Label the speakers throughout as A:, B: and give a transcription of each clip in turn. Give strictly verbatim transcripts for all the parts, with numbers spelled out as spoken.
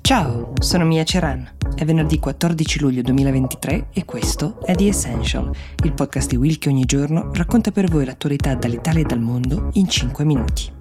A: Ciao, sono Mia Ceran. È venerdì quattordici luglio duemilaventitré e questo è The Essential, il podcast di Will che ogni giorno racconta per voi l'attualità dall'Italia e dal mondo in cinque minuti.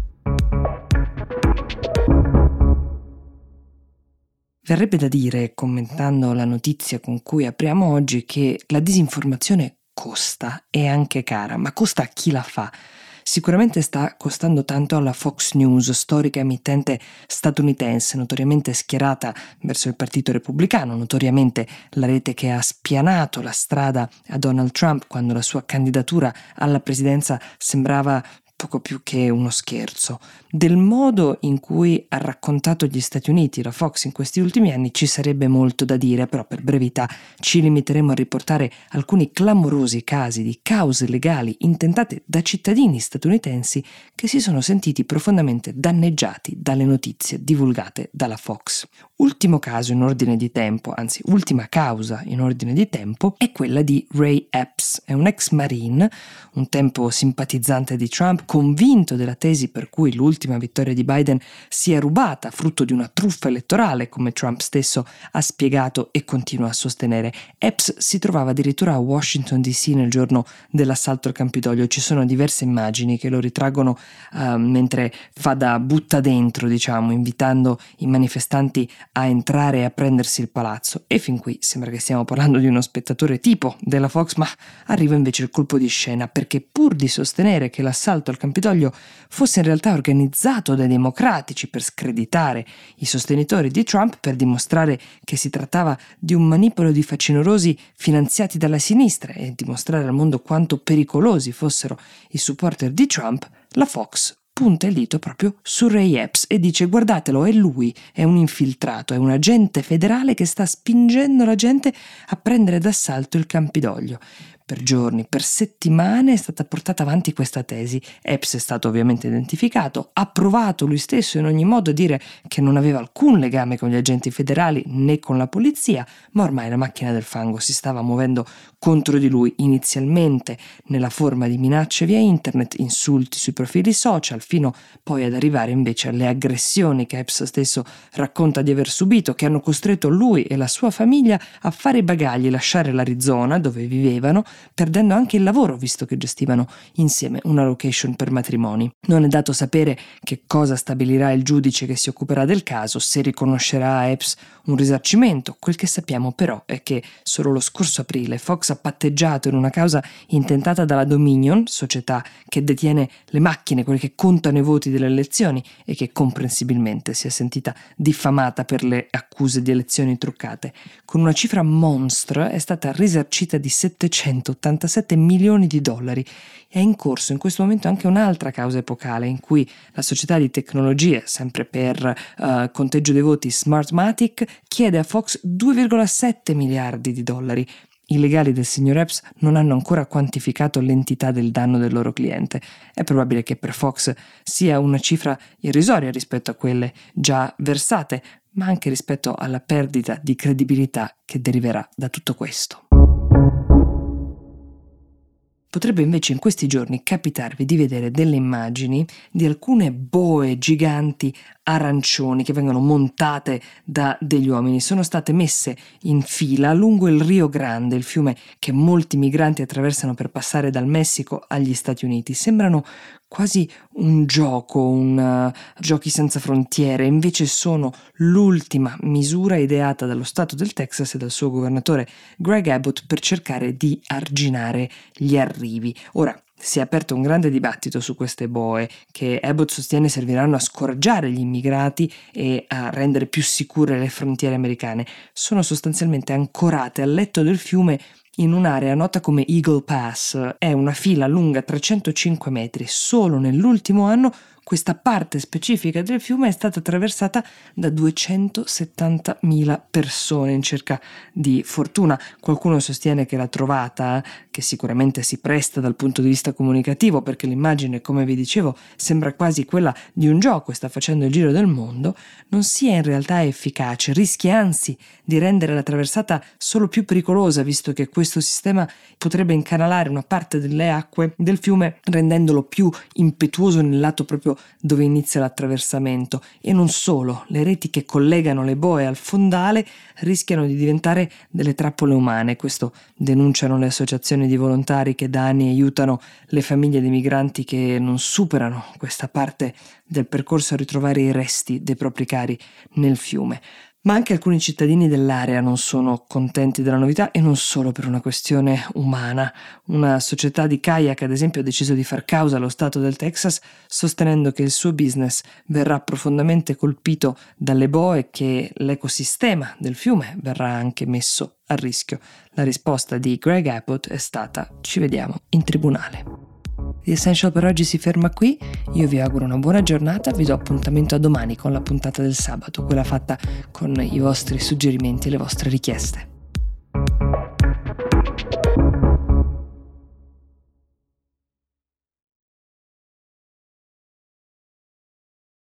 A: Verrebbe da dire, commentando la notizia con cui apriamo oggi, che la disinformazione costa, e anche cara, ma costa a chi la fa. Sicuramente sta costando tanto alla Fox News, storica emittente statunitense, notoriamente schierata verso il Partito Repubblicano, notoriamente la rete che ha spianato la strada a Donald Trump quando la sua candidatura alla presidenza sembrava poco più che uno scherzo. Del modo in cui ha raccontato gli Stati Uniti la Fox in questi ultimi anni ci sarebbe molto da dire, però per brevità ci limiteremo a riportare alcuni clamorosi casi di cause legali intentate da cittadini statunitensi che si sono sentiti profondamente danneggiati dalle notizie divulgate dalla Fox. Ultimo caso in ordine di tempo, anzi ultima causa in ordine di tempo, è quella di Ray Epps, è un ex marine, un tempo simpatizzante di Trump, convinto della tesi per cui l'ultima vittoria di Biden sia rubata, frutto di una truffa elettorale, come Trump stesso ha spiegato e continua a sostenere. Epps si trovava addirittura a Washington D C nel giorno dell'assalto al Campidoglio. Ci sono diverse immagini che lo ritraggono uh, mentre fa da butta dentro, diciamo, invitando i manifestanti a entrare e a prendersi il palazzo. E fin qui sembra che stiamo parlando di uno spettatore tipo della Fox, ma arriva invece il colpo di scena, perché pur di sostenere che l'assalto al Campidoglio fosse in realtà organizzato dai democratici per screditare i sostenitori di Trump, per dimostrare che si trattava di un manipolo di facinorosi finanziati dalla sinistra e dimostrare al mondo quanto pericolosi fossero i supporter di Trump, la Fox punta il dito proprio su Ray Epps e dice: guardatelo, è lui, è un infiltrato, è un agente federale che sta spingendo la gente a prendere d'assalto il Campidoglio. Per giorni, per settimane è stata portata avanti questa tesi. Epps è stato ovviamente identificato, ha provato lui stesso in ogni modo a dire che non aveva alcun legame con gli agenti federali né con la polizia, ma ormai la macchina del fango si stava muovendo contro di lui, inizialmente nella forma di minacce via internet, insulti sui profili social, fino poi ad arrivare invece alle aggressioni che Epps stesso racconta di aver subito, che hanno costretto lui e la sua famiglia a fare i bagagli, lasciare l'Arizona dove vivevano, perdendo anche il lavoro visto che gestivano insieme una location per matrimoni. Non è dato sapere che cosa stabilirà il giudice che si occuperà del caso, se riconoscerà a Epps un risarcimento. Quel che sappiamo però è che solo lo scorso aprile Fox ha patteggiato in una causa intentata dalla Dominion, società che detiene le macchine, quelle che contano i voti delle elezioni e che comprensibilmente si è sentita diffamata per le accuse di elezioni truccate. Con una cifra monstra è stata risarcita di settecentottantasette milioni di dollari. È in corso in questo momento anche un'altra causa epocale in cui la società di tecnologie, sempre per uh, conteggio dei voti Smartmatic, chiede a Fox due virgola sette miliardi di dollari. I legali del signor Epps non hanno ancora quantificato l'entità del danno del loro cliente. È probabile che per Fox sia una cifra irrisoria rispetto a quelle già versate, ma anche rispetto alla perdita di credibilità che deriverà da tutto questo. Potrebbe invece in questi giorni capitarvi di vedere delle immagini di alcune boe giganti arancioni che vengono montate da degli uomini. Sono state messe in fila lungo il Rio Grande, il fiume che molti migranti attraversano per passare dal Messico agli Stati Uniti. Sembrano quasi un gioco, un uh, giochi senza frontiere, invece sono l'ultima misura ideata dallo Stato del Texas e dal suo governatore Greg Abbott per cercare di arginare gli arrivi. Ora, si è aperto un grande dibattito su queste boe che Abbott sostiene serviranno a scoraggiare gli immigrati e a rendere più sicure le frontiere americane. Sono sostanzialmente ancorate al letto del fiume in un'area nota come Eagle Pass. È una fila lunga trecentocinque metri. Solo nell'ultimo anno questa parte specifica del fiume è stata attraversata da duecentosettantamila persone in cerca di fortuna. Qualcuno sostiene che la trovata che sicuramente si presta dal punto di vista comunicativo, perché l'immagine, come vi dicevo, sembra quasi quella di un gioco e sta facendo il giro del mondo, non sia in realtà efficace, rischia anzi di rendere la traversata solo più pericolosa, visto che questo sistema potrebbe incanalare una parte delle acque del fiume, rendendolo più impetuoso nel lato proprio dove inizia l'attraversamento. E non solo, le reti che collegano le boe al fondale rischiano di diventare delle trappole umane. Questo denunciano le associazioni di volontari che da anni aiutano le famiglie dei migranti che non superano questa parte del percorso a ritrovare i resti dei propri cari nel fiume. Ma anche alcuni cittadini dell'area non sono contenti della novità, e non solo per una questione umana. Una società di kayak, ad esempio, ha deciso di far causa allo Stato del Texas, sostenendo che il suo business verrà profondamente colpito dalle boe e che l'ecosistema del fiume verrà anche messo a rischio. La risposta di Greg Abbott è stata: ci vediamo in tribunale. The Essential per oggi si ferma qui, io vi auguro una buona giornata, vi do appuntamento a domani con la puntata del sabato, quella fatta con i vostri suggerimenti e le vostre richieste.